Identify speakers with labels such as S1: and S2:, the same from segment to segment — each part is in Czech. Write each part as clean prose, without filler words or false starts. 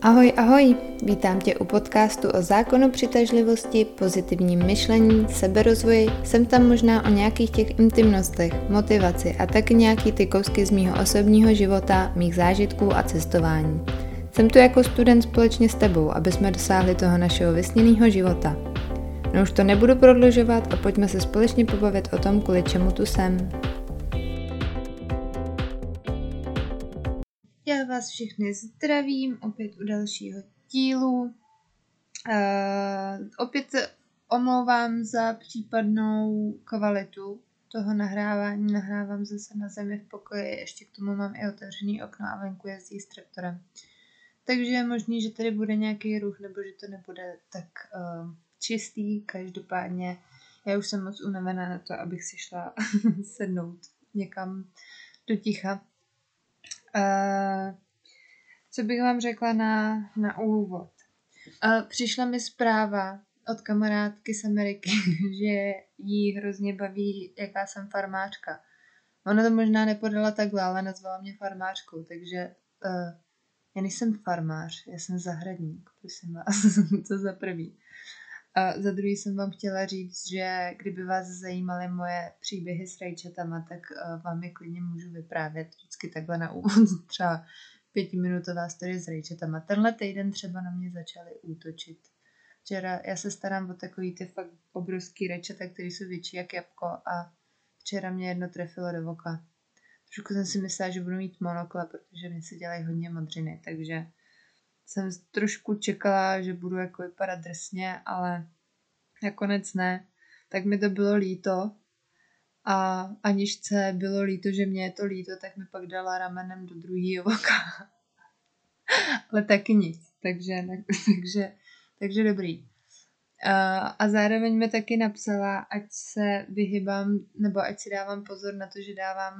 S1: Ahoj, ahoj! Vítám tě u podcastu o zákonu přitažlivosti, pozitivním myšlení, seberozvoji, jsem tam možná o nějakých těch intimnostech, motivaci a taky nějaký ty kousky z mýho osobního života, mých zážitků a cestování. Jsem tu jako student společně s tebou, aby jsme dosáhli toho našeho vysněného života. No už to nebudu prodlužovat a pojďme se společně pobavit o tom, kvůli čemu tu jsem. Já vás všechny zdravím, opět u dalšího dílu. Opět se omlouvám za případnou kvalitu toho nahrávání. Nahrávám zase na zemi v pokoji, ještě k tomu mám i otevřený okno a venku jezdí s traktorem. Takže je možný, že tady bude nějaký ruch, nebo že to nebude tak čistý. Každopádně já už jsem moc unavená na to, abych si šla sednout někam do ticha. Co bych vám řekla na úvod? Přišla mi zpráva od kamarádky z Ameriky, že jí hrozně baví, jaká jsem farmářka. Ona to možná nepodala takhle, ale nazvala mě farmářkou, takže já nejsem farmář, já jsem zahradník, prosím vás, to za prvý. Za druhý jsem vám chtěla říct, že kdyby vás zajímaly moje příběhy s rajčatama, tak vám je klidně můžu vyprávět vždycky takhle na úvod, třeba 5minutová story s rajčatama. Tenhle týden třeba na mě začaly útočit. Včera, já se starám o takový ty fakt obrovský rajčata, které jsou větší jak jabko a včera mě jedno trefilo do oka. Trošku jsem si myslela, že budu mít monokla, protože mi se dělají hodně modřiny, takže jsem trošku čekala, že budu jako vypadat drsně, ale nakonec ne. Tak mi to bylo líto a Aničce bylo líto, že mě je to líto, tak mi pak dala ramenem do druhého oka. Ale taky nic, takže dobrý. A zároveň mi taky napsala, ať se vyhybám, nebo ať si dávám pozor na to,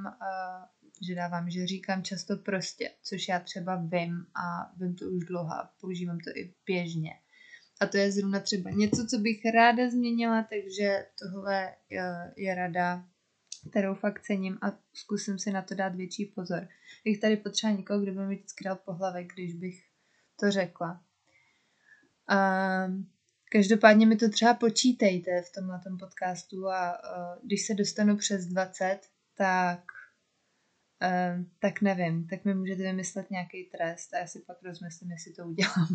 S1: že říkám často prostě, což já třeba vím a vím to už dlouho a používám to i běžně. A to je zrovna třeba něco, co bych ráda změnila, takže tohle je rada, kterou fakt cením a zkusím si na to dát větší pozor. Bych tady potřeba někoho, kdo by mi vždycky dal po hlavě, když bych to řekla. Každopádně mi to třeba počítejte v tomhletom podcastu a když se dostanu přes 20, tak nevím, tak mi můžete vymyslet nějaký trest a já si pak rozmyslím, jestli to udělám.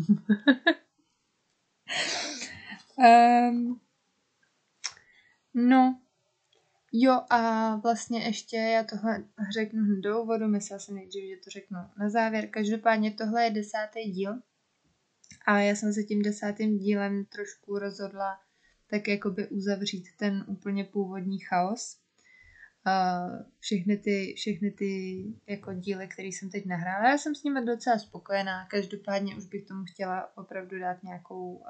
S1: No, jo a vlastně ještě já tohle řeknu hned do úvodu, myslela jsem nejdřív, že to řeknu na závěr. Každopádně tohle je 10. díl a já jsem se tím 10. dílem trošku rozhodla tak jakoby uzavřít ten úplně původní chaos. Všechny ty jako díly, které jsem teď nahrála, já jsem s nimi docela spokojená, každopádně už bych tomu chtěla opravdu dát nějakou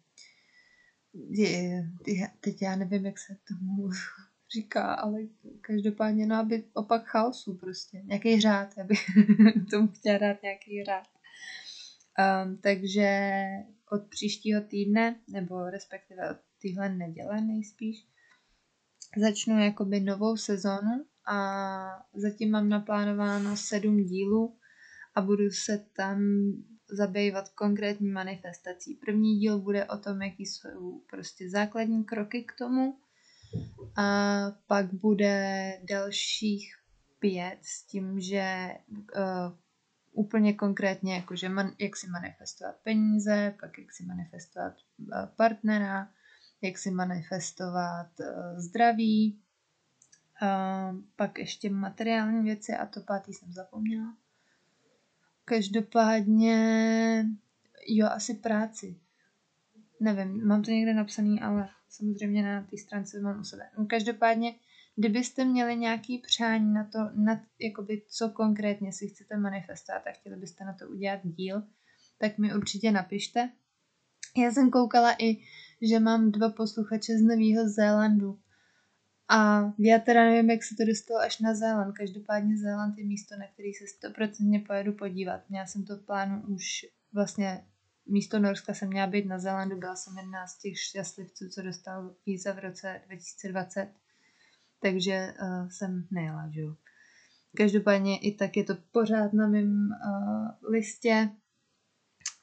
S1: teď já nevím, jak se tomu říká, ale každopádně, no, aby opak chaosu prostě, nějaký řád, já bych tomu chtěla dát nějaký řád. Takže od příštího týdne, nebo respektive od téhle neděle nejspíš, začnu jakoby novou sezonu a zatím mám naplánováno 7 dílů a budu se tam zabývat konkrétní manifestací. První díl bude o tom, jaký jsou prostě základní kroky k tomu a pak bude dalších 5 s tím, že úplně konkrétně jakože jak si manifestovat peníze, pak jak si manifestovat partnera, jak si manifestovat zdraví, pak ještě materiální věci a to 5. jsem zapomněla. Každopádně, jo, asi práci. Nevím, mám to někde napsaný, ale samozřejmě na té stránce mám u sebe. Každopádně, kdybyste měli nějaký přání na to, jakoby, co konkrétně si chcete manifestovat a chtěli byste na to udělat díl, tak mi určitě napište. Já jsem koukala i, že mám 2 posluchače z Nového Zélandu. A já teda nevím, jak se to dostalo až na Zéland. Každopádně Zéland je místo, na který se 100% pojedu podívat. Měla jsem to v plánu už vlastně místo Norska jsem měla být na Zélandu. Byla jsem jedna z těch šťastlivců, co dostal víza v roce 2020. Takže jsem nejela, že jo. Každopádně i tak je to pořád na mém listě.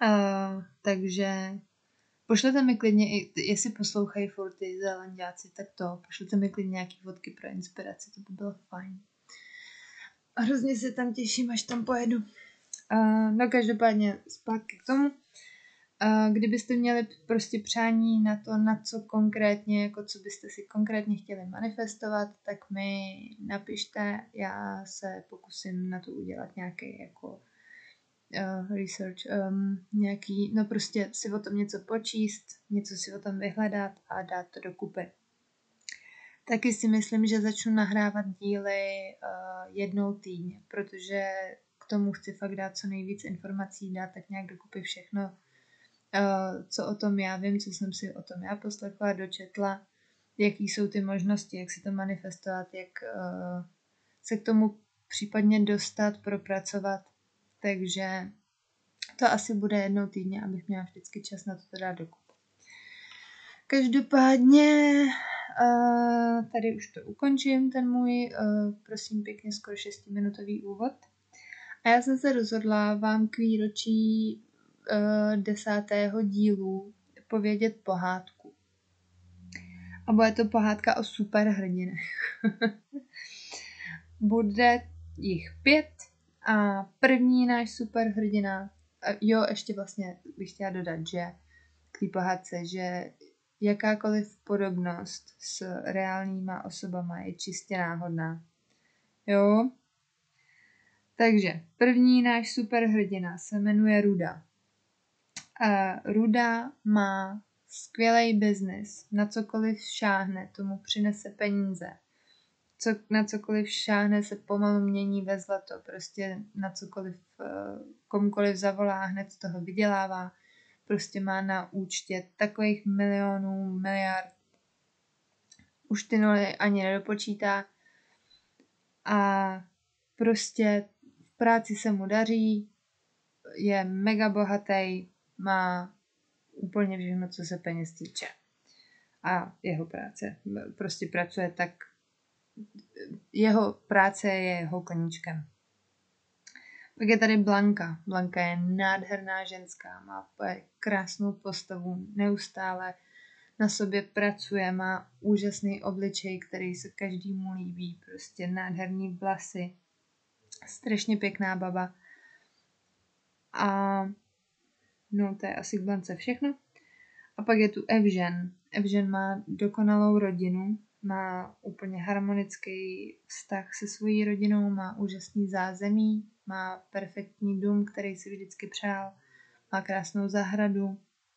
S1: Takže pošlete mi klidně, jestli poslouchají furt ty Zélanďáci, tak pošlete mi klidně nějaký fotky pro inspiraci, to by bylo fajn. A hrozně se tam těším, až tam pojedu. No každopádně zpátky k tomu. Kdybyste měli prostě přání na to, na co konkrétně, jako co byste si konkrétně chtěli manifestovat, tak mi napište, já se pokusím na to udělat nějaký jako research, nějaký, no prostě si o tom něco počíst, něco si o tom vyhledat a dát to dokupy. Taky si myslím, že začnu nahrávat díly jednou týdně, protože k tomu chci fakt dát co nejvíc informací, dát tak nějak dokupy všechno, co o tom já vím, co jsem si o tom já poslechla, dočetla, jaký jsou ty možnosti, jak si to manifestovat, jak se k tomu případně dostat, propracovat. Takže to asi bude jednou týdně, abych měla vždycky čas na to dát dokup. Každopádně tady už to ukončím, ten můj, prosím pěkně, skoro 6-minutový úvod. A já jsem se rozhodla vám k výročí 10. dílu povědět pohádku. A bude to pohádka o superhrdinech. Bude jich 5 a první náš superhrdina, jo, ještě vlastně bych chtěla dodat, že k té pohádce, že jakákoliv podobnost s reálnýma osobama je čistě náhodná. Jo? Takže první náš superhrdina se jmenuje Ruda. Ruda má skvělý biznis. Na cokoliv šáhne, tomu přinese peníze. Na cokoliv šáhne, se pomalu mění ve zlato. Prostě na cokoliv, komukoliv zavolá, hned z toho vydělává. Prostě má na účtě takových milionů, miliard. Už ty nuly ani nedopočítá. A prostě v práci se mu daří, je mega bohatý, má úplně všechno, co se peněz týče. A jeho práce. Prostě pracuje tak, jeho práce je jeho koníčkem. Pak je tady Blanka. Blanka je nádherná ženská, má krásnou postavu, neustále na sobě pracuje, má úžasný obličej, který se každému líbí, prostě nádherný vlasy, strašně pěkná baba. A no, to je asi k Blance všechno. A pak je tu Evžen. Evžen má dokonalou rodinu, má úplně harmonický vztah se svojí rodinou, má úžasný zázemí, má perfektní dům, který si vždycky přál, má krásnou zahradu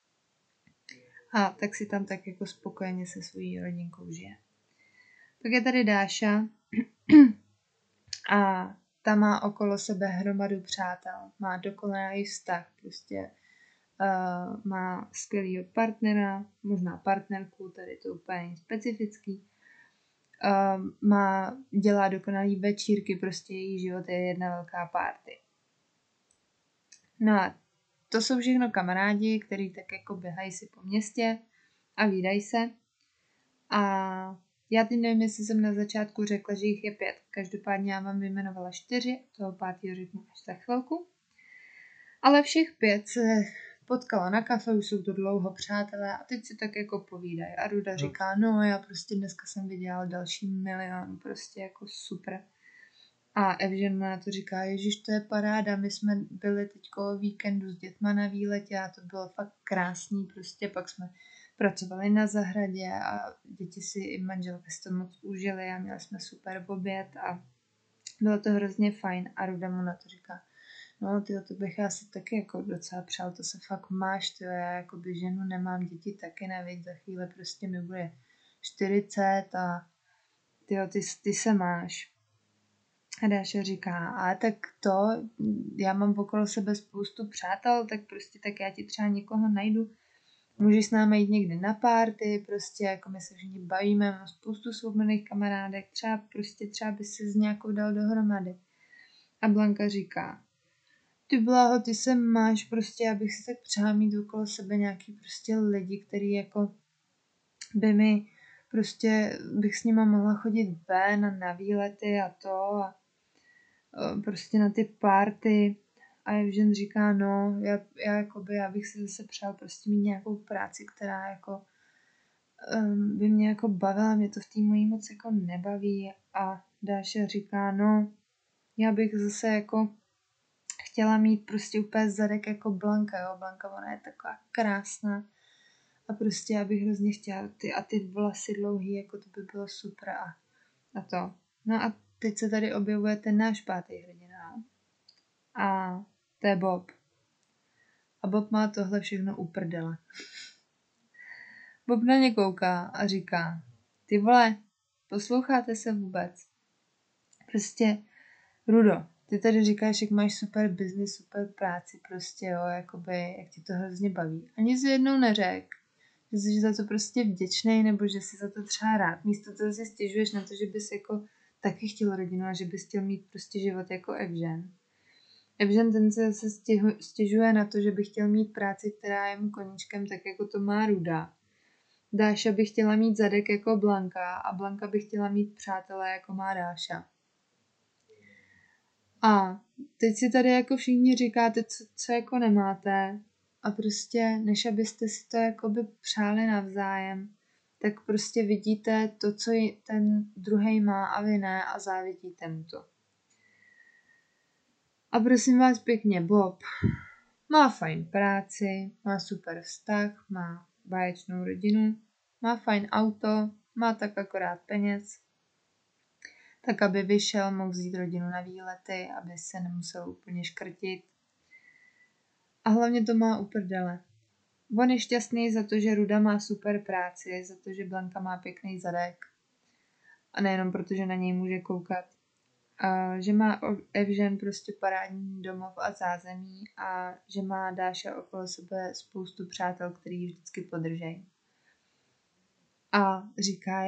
S1: a tak si tam tak jako spokojeně se svojí rodinkou žije. Pak je tady Dáša a ta má okolo sebe hromadu přátel, má dokonalý vztah, prostě má skvělýho partnera, možná partnerku, tady to úplně není specifický. Dělá dokonalý večírky, prostě její život je jedna velká party. No a to jsou všechno kamarádi, který tak jako běhají si po městě a vídají se. A já teď nevím, jestli jsem na začátku řekla, že jich je 5. Každopádně já vám vyjmenovala 4, toho 5. řeknu až za chvilku. Ale všech 5 se potkala na kafe, už jsou to dlouho přátelé a teď si tak jako povídají. A Ruda říká, no já prostě dneska jsem vydělal další milion, prostě jako super. A Evžen na to říká, ježiš, to je paráda, my jsme byli teďko o víkendu s dětma na výletě a to bylo fakt krásný, prostě pak jsme pracovali na zahradě a děti si i manželka si to moc užili a měli jsme super oběd a bylo to hrozně fajn. A Ruda mu na to říká, no tyjo, to bych asi taky jako docela přál, to se fakt máš, tyjo, já jakoby ženu nemám, děti taky nevíc, za chvíli prostě mi bude 40 a tyjo, ty se máš. A Dáša říká, a tak to, já mám okolo sebe spoustu přátel, tak prostě tak já ti třeba někoho najdu, můžeš s námi jít někdy na party, prostě jako my se všichni bavíme, mám spoustu svobodných kamarádek, třeba by se s nějakou dal dohromady. A Blanka říká, ty bláho, ty se máš, prostě, abych si tak přála mít okolo sebe nějaký prostě lidi, který jako by mi prostě, bych s nima mohla chodit ven na výlety a to a prostě na ty party A Evžen říká, no, já bych si zase přál prostě mít nějakou práci, která jako by mě jako bavila, mě to v té mojí moc jako nebaví. A Dáša říká, no, já bych zase jako chtěla mít prostě úplně zadek jako Blanka, jo. Blanka, ona je taková krásná. A prostě já bych hrozně chtěla ty vlasy dlouhý, jako to by bylo super a to. No a teď se tady objevuje ten náš pátý hrdina. A to je Bob. A Bob má tohle všechno u prdele. Bob na ně kouká a říká, ty vole, posloucháte se vůbec? Prostě, Rudo, ty tady říkáš, jak máš super business, super práci, prostě jo, jakoby, jak ti to hrozně baví. Ani si jednou neřek, že jsi za to prostě vděčnej, nebo že jsi za to třeba rád. Místo toho si stěžuješ na to, že bys jako taky chtěl rodinu a že bys chtěl mít prostě život jako Evžen. Evžen ten se stěžuje na to, že by chtěl mít práci, která je mu koníčkem, tak jako to má Ruda. Dáša by chtěla mít zadek jako Blanka a Blanka by chtěla mít přátelé jako má Dáša. A teď si tady jako všichni říkáte, co jako nemáte a prostě než abyste si to jakoby přáli navzájem, tak prostě vidíte to, co ten druhej má a vy ne a závidíte mu to. A prosím vás pěkně, Bob má fajn práci, má super vztah, má báječnou rodinu, má fajn auto, má tak akorát peněz, tak aby vyšel, mohl vzít rodinu na výlety, aby se nemusel úplně škrtit. A hlavně to má u prdele. On je šťastný za to, že Ruda má super práci, za to, že Blanka má pěkný zadek. A nejenom proto, že na něj může koukat. A že má Evžen prostě parádní domov a zázemí a že má Dáša okolo sebe spoustu přátel, který ji vždycky podržejí. A říká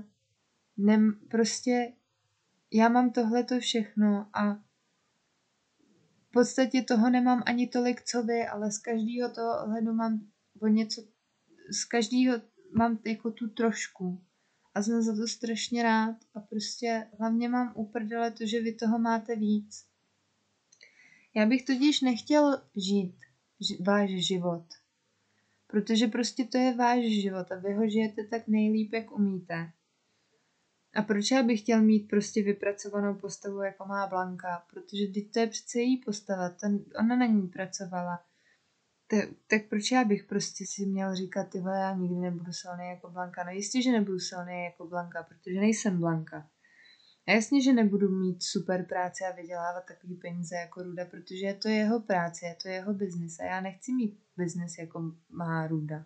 S1: já mám tohleto všechno a v podstatě toho nemám ani tolik, co vy, ale z každého toho ohledu mám o něco, z každého mám jako tu trošku. A jsem za to strašně rád a prostě hlavně mám uprdele to, že vy toho máte víc. Já bych totiž nechtěl žít váš život, protože prostě to je váš život a vy ho žijete tak nejlíp, jak umíte. A proč já bych chtěl mít prostě vypracovanou postavu, jako má Blanka? Protože teď to je přece její postava, ona na ní pracovala. Tak proč já bych prostě si měl říkat, ty vole, já nikdy nebudu silný jako Blanka. No jistě, že nebudu silný jako Blanka, protože nejsem Blanka. A jasně, že nebudu mít super práci a vydělávat takový peníze jako Ruda, protože je to jeho práce, je to jeho biznis a já nechci mít biznis jako má Ruda.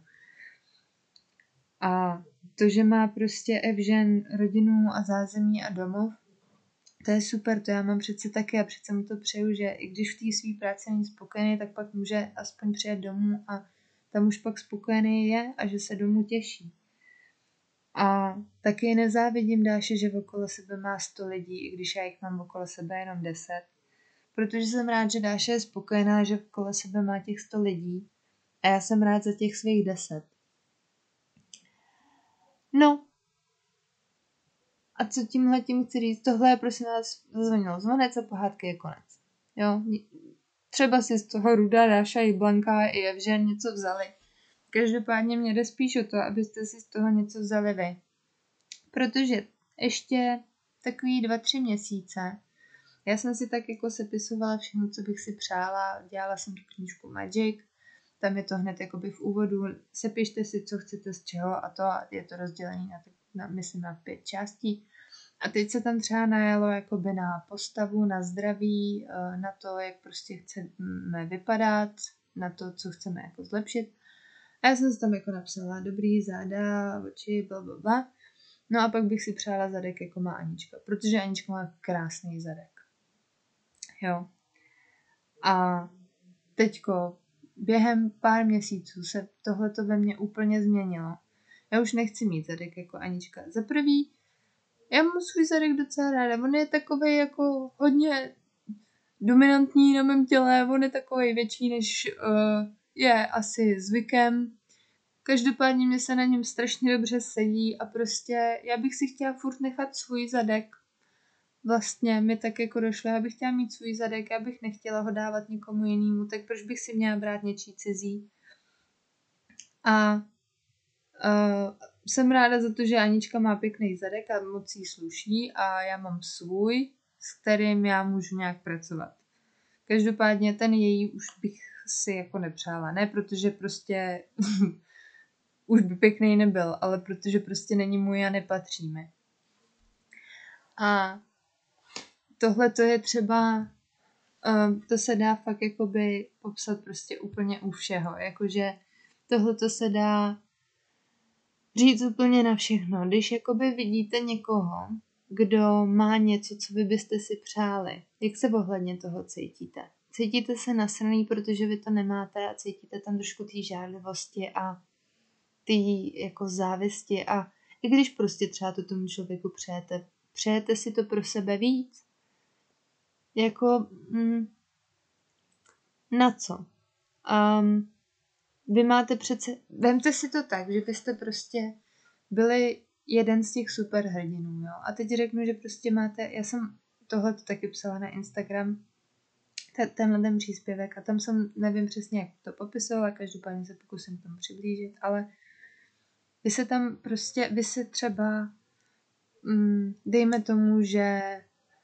S1: A to, že má prostě Evžen rodinu a zázemí a domov, to je super, to já mám přece taky a přece mu to přeju, že i když v té své práci není spokojený, tak pak může aspoň přijet domů a tam už pak spokojený je a že se domů těší. A taky nezávidím Dáši, že okolo sebe má 100 lidí, i když já jich mám okolo sebe jenom 10. Protože jsem rád, že Dáša je spokojená, že okolo sebe má těch 100 lidí a já jsem rád za těch svých 10. No. A co tímhletím chci říct? Tohle je prosím vás zazvonil zvonec a pohádky je konec. Jo? Třeba si z toho Ruda, Dáša i Blanka i Evžen něco vzali. Každopádně mě jde spíš o to, abyste si z toho něco vzali vy. Protože ještě takový 2-3 měsíce já jsem si tak jako sepisovala všechno, co bych si přála. Dělala jsem tu knížku Magic. Tam je to hned jakoby v úvodu. Sepište si, co chcete z čeho a to. A je to rozdělené myslím na 5 částí. A teď se tam třeba najalo jakoby na postavu, na zdraví, na to, jak prostě chceme vypadat, na to, co chceme jako zlepšit. A já jsem si tam jako napsala dobrý záda, oči, blablabla. No a pak bych si přála zadek, jako má Anička, protože Anička má krásný zadek. Jo. A teďko během pár měsíců se tohleto ve mně úplně změnilo. Já už nechci mít zadek jako Anička. Za prvý, já mám svůj zadek docela ráda. On je takovej jako hodně dominantní na mém těle. On je takovej větší, než je asi zvykem. Každopádně mě se na něm strašně dobře sedí a prostě já bych si chtěla furt nechat svůj zadek. vlastně mi tak jako došlo, já bych chtěla mít svůj zadek, já bych nechtěla ho dávat nikomu jinému, tak proč bych si měla brát něčí cizí? A jsem ráda za to, že Anička má pěkný zadek a moc jí sluší a já mám svůj, s kterým já můžu nějak pracovat. Každopádně ten její už bych si jako nepřála. Ne, protože prostě už by pěkný nebyl, ale protože prostě není můj a nepatří mi. A tohle to je třeba, to se dá fakt jakoby popsat prostě úplně u všeho. Jakože tohle to se dá říct úplně na všechno. Když jakoby vidíte někoho, kdo má něco, co vy byste si přáli, jak se ohledně toho cítíte? Cítíte se nasraný, protože vy to nemáte a cítíte tam trošku té žárlivosti a ty jako závisti a i když prostě třeba to tomu člověku přejete si to pro sebe víc? Jako na co? Vy máte přece, vemte si to tak, že byste prostě byli jeden z těch superhrdinů, jo. A teď řeknu, že prostě máte, já jsem tohle taky psala na Instagram, tenhle ten příspěvek a tam jsem, nevím přesně, jak to popisovala, každopádně se pokusím k tomu přiblížit, ale vy se tam prostě, vy se třeba, dejme tomu, že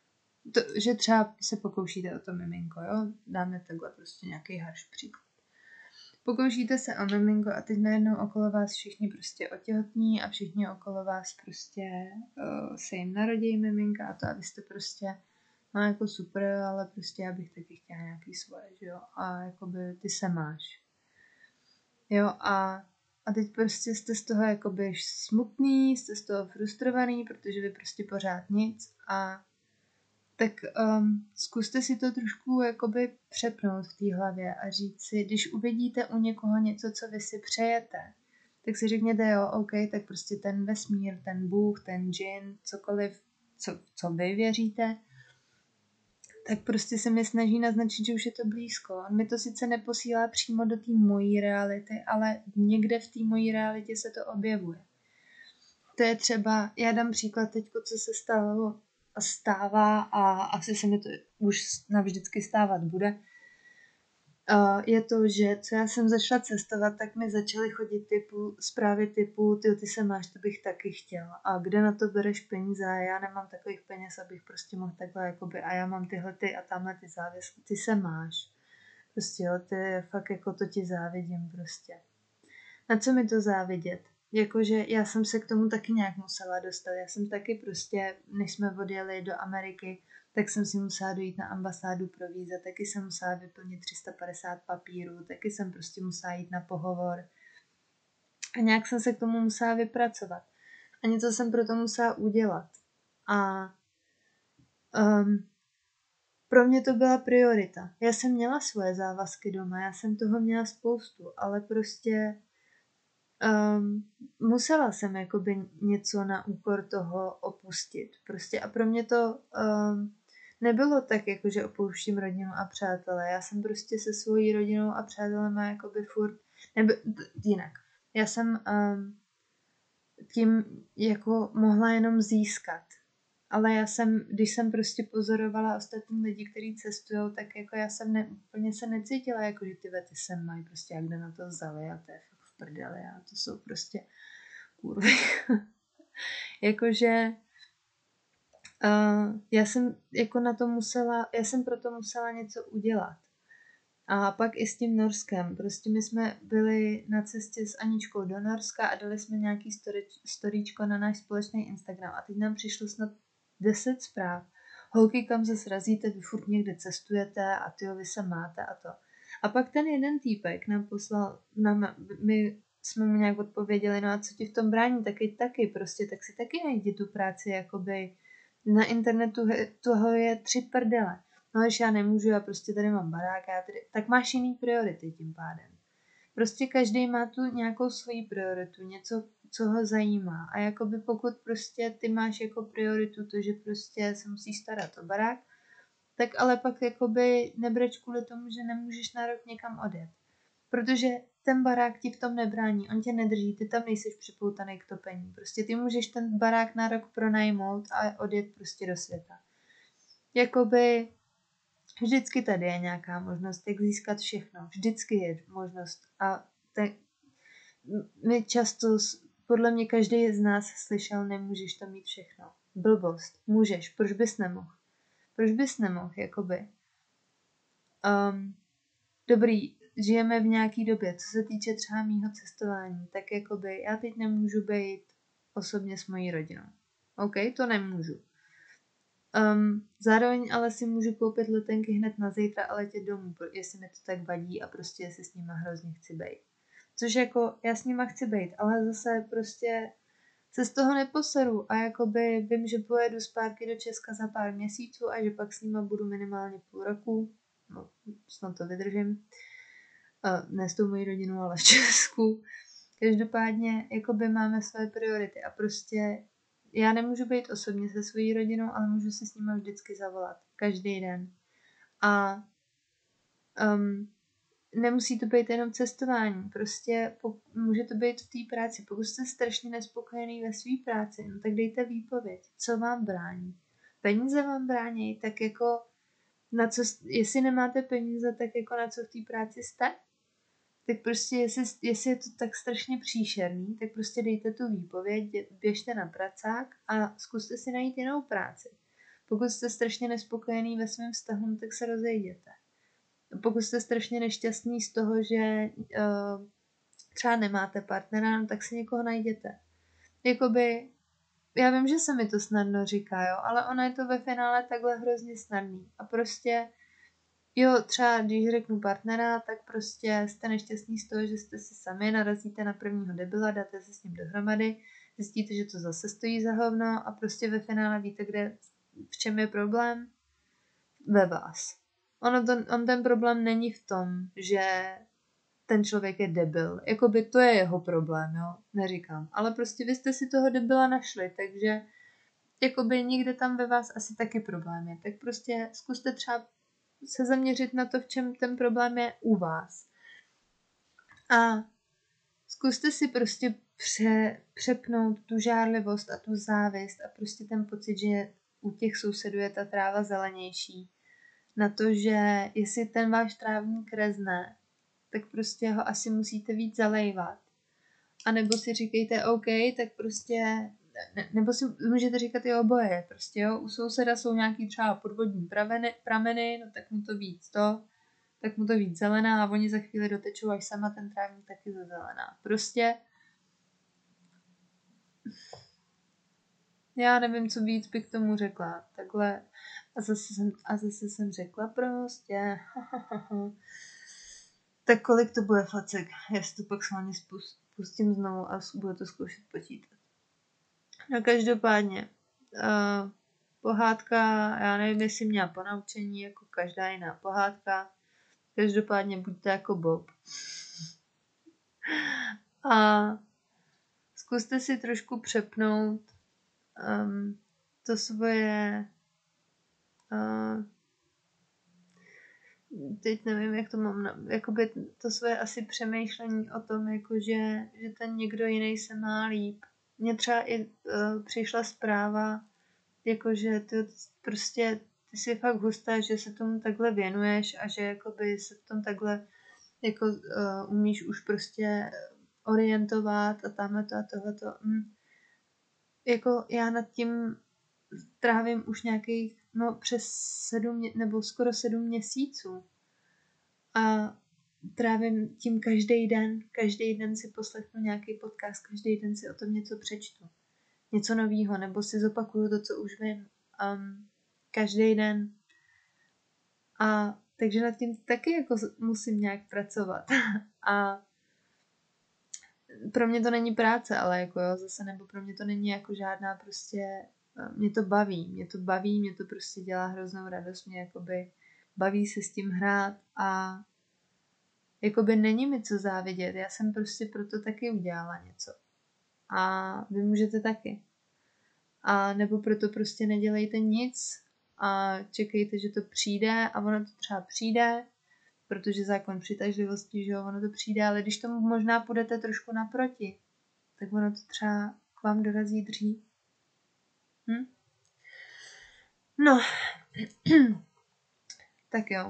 S1: třeba se pokoušíte o to miminko, jo, dáme takhle prostě nějaký harš příklad. Pokoušíte se o miminko a teď najednou okolo vás všichni prostě otěhotní a všichni okolo vás prostě se jim narodí miminka a to a vy jste prostě no jako super, ale prostě já bych taky chtěla nějaký svoje, že jo, a jakoby ty se máš. Jo, a teď prostě jste z toho jakoby smutný, jste z toho frustrovaný, protože vy prostě pořád nic a tak zkuste si to trošku jakoby přepnout v té hlavě a říct si, když uvidíte u někoho něco, co vy si přejete, tak si řekněte, jo, OK, tak prostě ten vesmír, ten Bůh, ten džin, cokoliv, co vy věříte, tak prostě se mi snaží naznačit, že už je to blízko. On mi to sice neposílá přímo do té mojí reality, ale někde v té mojí realitě se to objevuje. To je třeba, já dám příklad teďko, co se stalo a stává a asi se mi to už navždycky stávat bude. Je to, že co já jsem začala cestovat, tak mi začaly chodit zprávy typu ty se máš, to bych taky chtěla. A kde na to bereš peníze? Já nemám takových peněz, abych prostě mohl takhle jakoby, a já mám tyhle a tamhle ty závěsky, ty se máš. Prostě jo, ty je fakt jako to ti závidím prostě. Na co mi to závidět? Jakože já jsem se k tomu taky nějak musela dostat. Já jsem taky prostě, než jsme odjeli do Ameriky, tak jsem si musela dojít na ambasádu pro víza, taky jsem musela vyplnit 350 papírů, taky jsem prostě musela jít na pohovor. A nějak jsem se k tomu musela vypracovat. A něco jsem pro to musela udělat. A pro mě to byla priorita. Já jsem měla svoje závazky doma, já jsem toho měla spoustu, ale prostě musela jsem jakoby něco na úkor toho opustit. Prostě a pro mě to nebylo tak, jako že opouštím rodinu a přátelé. Já jsem prostě se svojí rodinou a přátelema jakoby furt, nebo jinak. Já jsem tím jako mohla jenom získat. Ale já jsem, když jsem prostě pozorovala ostatní lidi, kteří cestují, tak jako já jsem úplně se necítila, jako že ty sem mají prostě jak jde na to vzali a to je fakt v prdeli a to jsou prostě kurvy. Jakože já jsem jako na to musela, já jsem proto musela něco udělat. A pak i s tím Norskem. Prostě my jsme byli na cestě s Aničkou do Norska a dali jsme nějaký storíčko na náš společný Instagram. A teď nám přišlo snad 10 zpráv. Holky, kam se srazíte, vy furt někde cestujete a tyjo, vy se máte a to. A pak ten jeden týpek nám poslal, my jsme mu nějak odpověděli, no a co ti v tom brání, taky, prostě, tak si taky najdi tu práci, jakoby na internetu toho je 3 prdele. No, když já nemůžu, já prostě tady mám barák, tak máš jiný priority tím pádem. Prostě každý má tu nějakou svoji prioritu, něco, co ho zajímá. A jakoby pokud prostě ty máš jako prioritu to, že prostě se musíš starat o barák, tak ale pak jakoby nebreč kvůli tomu, že nemůžeš na rok někam odjet. Protože ten barák ti v tom nebrání, on tě nedrží, ty tam nejsiš připoutaný k topení. Prostě ty můžeš ten barák na rok pronajmout a odjet prostě do světa. jakoby vždycky tady je nějaká možnost, jak získat všechno. Vždycky je možnost. A my často, podle mě každý z nás slyšel, nemůžeš to mít všechno. Blbost. Můžeš. Proč bys nemohl? Proč bys nemohl, jakoby? Dobrý, žijeme v nějaký době, co se týče třeba mýho cestování, tak jakoby já teď nemůžu být osobně s mojí rodinou. OK, to nemůžu. Zároveň ale si můžu koupit letenky hned na zítra a letět domů, jestli mi to tak vadí a prostě jestli s nima hrozně chci bejt. Což jako, já s nima chci bejt, ale zase prostě se z toho neposeru a jakoby vím, že pojedu zpátky do Česka za pár měsíců a že pak s nima budu minimálně půl roku, no snad to vydržím, ne s tou mojí rodinou, ale v Česku. Každopádně jakoby máme své priority a prostě já nemůžu být osobně se svojí rodinou, ale můžu si s nimi vždycky zavolat. Každý den. A nemusí to být jenom cestování. Prostě může to být v té práci. Pokud jste strašně nespokojený ve své práci, no tak dejte výpověď. Co vám brání? Peníze vám brání, tak jako na co, jestli nemáte peníze, tak jako na co v té práci jste? Tak prostě, jestli je to tak strašně příšerný, tak prostě dejte tu výpověď, běžte na pracák a zkuste si najít jinou práci. Pokud jste strašně nespokojený ve svém vztahu, tak se rozejděte. Pokud jste strašně nešťastný z toho, že třeba nemáte partnera, no tak si někoho najděte. Jakoby, já vím, že se mi to snadno říká, jo, ale ono je to ve finále takhle hrozně snadný. A prostě jo, třeba když řeknu partnera, tak prostě jste nešťastní z toho, že jste si sami, narazíte na prvního debila, dáte se s ním dohromady, zjistíte, že to zase stojí za hovno a prostě ve finále víte, v čem je problém? Ve vás. On ten problém není v tom, že ten člověk je debil. Jakoby to je jeho problém, jo, neříkám. Ale prostě vy jste si toho debila našli, takže jakoby někde tam ve vás asi taky problém je. Tak prostě zkuste třeba se zaměřit na to, v čem ten problém je u vás. A zkuste si prostě přepnout tu žárlivost a tu závist a prostě ten pocit, že u těch sousedů je ta tráva zelenější. Na to, že jestli ten váš trávník rezne, tak prostě ho asi musíte víc zalejvat. A nebo si říkejte OK, tak prostě nebo si můžete říkat i oboje, prostě jo, u souseda jsou nějaký třeba podvodní prameny, no tak mu to víc zelená a oni za chvíli dotečou, až sama ten trávník taky zazelená. Prostě já nevím, co víc bych k tomu řekla. Takhle a zase jsem řekla prostě tak kolik to bude facek? Já si to pak s vámi pustím znovu a budu to zkoušet počítat. No každopádně, pohádka, já nevím, jestli měla ponaučení, jako každá jiná pohádka. Každopádně buďte jako Bob. A zkuste si trošku přepnout to svoje teď nevím, jak to mám, jakoby to svoje asi přemýšlení o tom, jakože, že ten někdo jiný se má líp. Mně třeba i přišla zpráva, jakože ty prostě ty jsi fakt hustá, že se tomu takhle věnuješ a že jakoby se v tom takhle jako umíš už prostě orientovat a tamhleto a tohleto. Jako já nad tím trávím už nějakých, přes 7 nebo skoro 7 měsíců. A trávím tím každý den si poslechnu nějaký podcast, každý den si o tom něco přečtu. Něco novýho, nebo si zopakuju to, co už vím. Každý den. A takže nad tím taky jako musím nějak pracovat. A pro mě to není práce, ale jako jo, zase, nebo pro mě to není jako žádná prostě, mě to baví, mě to prostě dělá hroznou radost, mě jakoby baví se s tím hrát a jakoby není mi co závidět, já jsem prostě proto taky udělala něco. A vy můžete taky. A nebo proto prostě nedělejte nic a čekejte, že to přijde a ono to třeba přijde, protože zákon přitažlivosti, že jo, ono to přijde, ale když tomu možná půjdete trošku naproti, tak ono to třeba k vám dorazí dřív. No, Tak jo.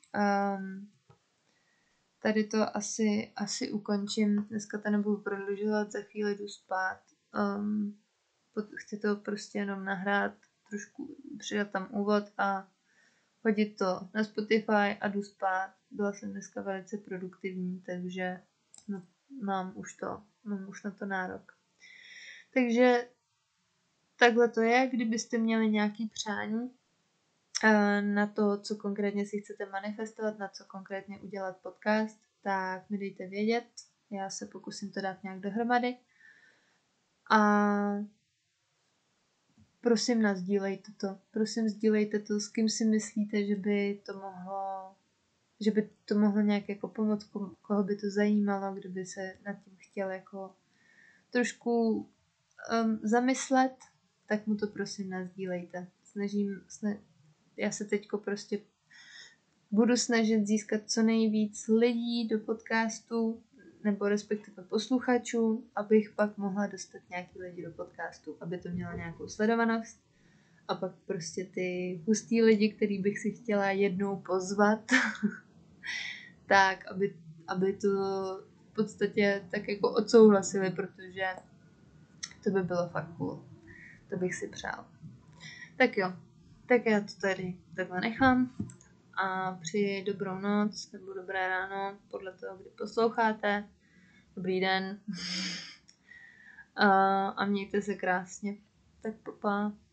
S1: Tady to asi ukončím. Dneska to nebudu prodlužovat, za chvíli jdu spát. Chci to prostě jenom nahrát, trošku přidat tam úvod a hodit to na Spotify a jdu spát. Byla jsem dneska velice produktivní, takže mám už na to nárok. Takže takhle to je, kdybyste měli nějaký přání na to, co konkrétně si chcete manifestovat, na co konkrétně udělat podcast, tak mi dejte vědět. Já se pokusím to dát nějak dohromady. A prosím, nasdílejte to. Prosím, sdílejte to, s kým si myslíte, že by to mohlo nějak jako pomoct, koho by to zajímalo, kdo by se nad tím chtěl jako trošku zamyslet, tak mu to prosím nasdílejte. Já se teďko prostě budu snažit získat co nejvíc lidí do podcastu, nebo respektive posluchačů, abych pak mohla dostat nějaký lidi do podcastu, aby to mělo nějakou sledovanost. A pak prostě ty hustý lidi, který bych si chtěla jednou pozvat, tak aby to v podstatě tak jako odsouhlasili, protože to by bylo fakt cool. To bych si přál. Tak jo, tak já to tady takhle nechám a přeji dobrou noc nebo dobré ráno, podle toho, kdy posloucháte. Dobrý den a mějte se krásně. Tak pa.